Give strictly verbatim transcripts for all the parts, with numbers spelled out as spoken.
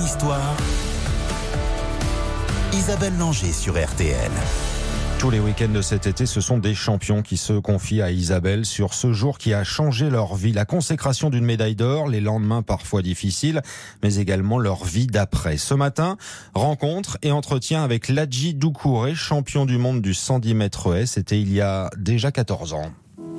histoire, Isabelle Langer sur R T L. Tous les week-ends de cet été, ce sont des champions qui se confient à Isabelle sur ce jour qui a changé leur vie. La consécration d'une médaille d'or, les lendemains parfois difficiles, mais également leur vie d'après. Ce matin, rencontre et entretien avec Ladji Doucouré, champion du monde du cent dix mètres haies. C'était il y a déjà quatorze ans.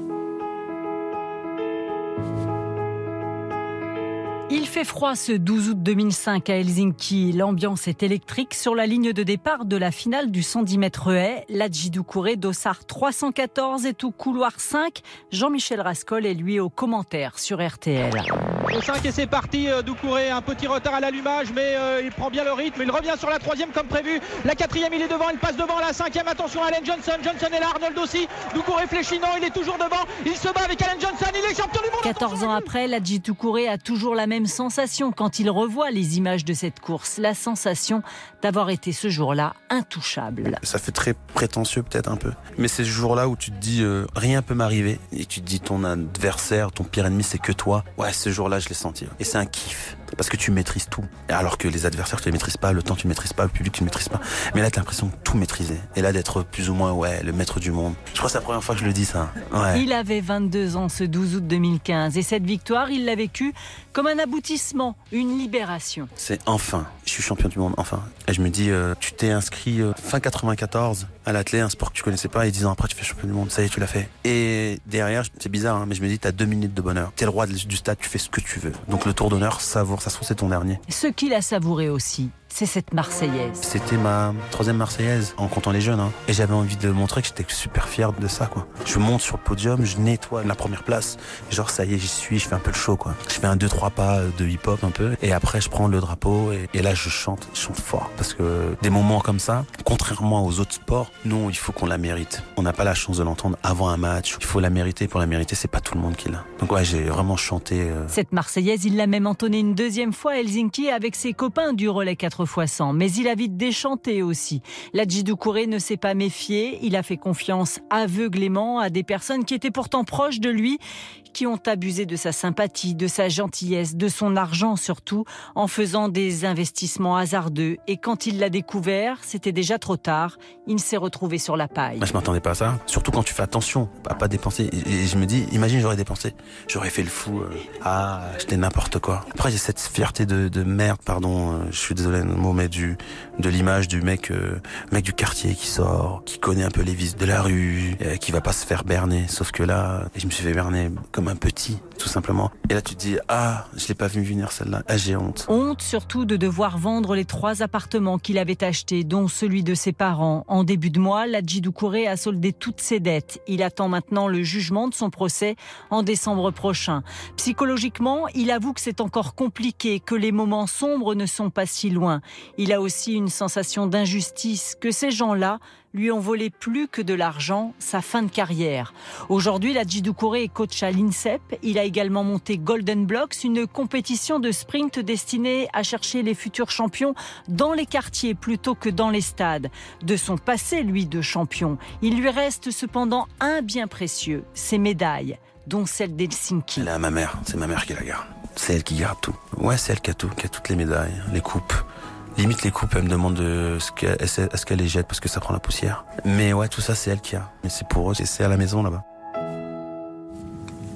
Il fait froid ce douze août deux mille cinq à Helsinki. L'ambiance est électrique sur la ligne de départ de la finale du cent dix mètres haies. Ladji Doucouré, dossard trois cent quatorze est au couloir cinq. Jean-Michel Rascol est lui au commentaire sur R T L. Le cinq et c'est parti. Doucouré, un petit retard à l'allumage, mais euh, il prend bien le rythme. Il revient sur la troisième comme prévu. La quatrième, il est devant, il passe devant. La cinquième, attention, Allen Johnson. Johnson est là, Arnold aussi. Doucouré fléchit, non, il est toujours devant. Il se bat avec Allen Johnson, il est champion du monde. quatorze ans après, Ladji Doucouré a toujours la même sensation quand il revoit les images de cette course. La sensation d'avoir été ce jour-là intouchable. Ça fait très prétentieux peut-être un peu. Mais c'est ce jour-là où tu te dis euh, rien peut m'arriver. Et tu te dis ton adversaire, ton pire ennemi, c'est que toi. Ouais, ce jour-là, je l'ai senti. Et c'est un kiff. Parce que tu maîtrises tout. Alors que les adversaires, tu les maîtrises pas, le temps, tu ne maîtrises pas, le public, tu ne maîtrises pas. Mais là, tu as l'impression de tout maîtriser. Et là, d'être plus ou moins, ouais, le maître du monde. Je crois que c'est la première fois que je le dis, ça. Ouais. Il avait vingt-deux ans ce douze août deux mille quinze. Et cette victoire, il l'a vécue comme un aboutissement, une libération. C'est enfin, je suis champion du monde, enfin. Et je me dis, euh, tu t'es inscrit euh, fin quatre-vingt-quatorze à l'athlé, un sport que tu connaissais pas, et dix ans après, tu fais champion du monde. Ça y est, tu l'as fait. Et derrière, c'est bizarre, hein, mais je me dis, t'as deux minutes de bonheur. T'es le roi du stade, tu fais ce que tu veux. Donc le tour d'honneur, savoure, ça se trouve, c'est ton dernier. Ce qu'il a savouré aussi, c'est cette Marseillaise. C'était ma troisième Marseillaise, en comptant les jeunes. Hein. Et j'avais envie de montrer que j'étais super fier de ça, quoi. Je monte sur le podium, je nettoie la première place. Et genre, ça y est, j'y suis, je fais un peu le show, quoi. Je fais un deux trois pas de hip-hop un peu. Et après, je prends le drapeau et, et là, je chante. Je chante fort. Parce que des moments comme ça, contrairement aux autres sports, nous, il faut qu'on la mérite. On n'a pas la chance de l'entendre avant un match. Il faut la mériter. Pour la mériter, c'est pas tout le monde qui l'a. Donc ouais, j'ai vraiment chanté. Euh... Cette Marseillaise, il l'a même entonnée une deuxième fois à Helsinki avec ses copains du relais quatre fois cent. Mais il a vite déchanté aussi. Ladji Doucouré ne s'est pas méfié. Il a fait confiance aveuglément à des personnes qui étaient pourtant proches de lui, qui ont abusé de sa sympathie, de sa gentillesse, de son argent surtout, en faisant des investissements hasardeux. Et quand il l'a découvert, c'était déjà trop tard. Il s'est retrouvé sur la paille. Bah, je m'attendais pas à ça. Surtout quand tu fais attention à pas dépenser. Et je me dis, imagine, j'aurais dépensé. J'aurais fait le fou. Euh, ah, j'étais n'importe quoi. Après, j'ai cette fierté de, de merde, pardon. Euh, je suis désolé, le mot, mais du, de l'image du mec, euh, mec du quartier qui sort, qui connaît un peu les vices de la rue, euh, qui va pas se faire berner. Sauf que là, je me suis fait berner comme un petit, tout simplement. Et là, tu te dis, ah, je l'ai pas vu venir celle-là. Ah, j'ai honte. Honte surtout de devoir vendre les trois appartements qu'il avait achetés, dont celui de ses parents. En début de mois, Ladji Doucouré a soldé toutes ses dettes. Il attend maintenant le jugement de son procès en décembre prochain. Psychologiquement, il avoue que c'est encore compliqué, que les moments sombres ne sont pas si loin. Il a aussi une sensation d'injustice, que ces gens-là lui ont volé plus que de l'argent, sa fin de carrière. Aujourd'hui, Ladji Doucouré est coach à l'INSEP. Il a également monté Golden Blocks, une compétition de sprint destinée à chercher les futurs champions dans les quartiers plutôt que dans les stades. De son passé, lui, de champion, il lui reste cependant un bien précieux, ses médailles, dont celle d'Helsinki. Elle est à ma mère, c'est ma mère qui la garde. C'est elle qui garde tout. Ouais, c'est elle qui a tout, qui a toutes les médailles, les coupes. Limite les coupes, elle me demande de ce qu'elle, est-ce qu'elle les jette parce que ça prend la poussière. Mais ouais, tout ça c'est elle qui a. Mais c'est pour eux, c'est à la maison là-bas.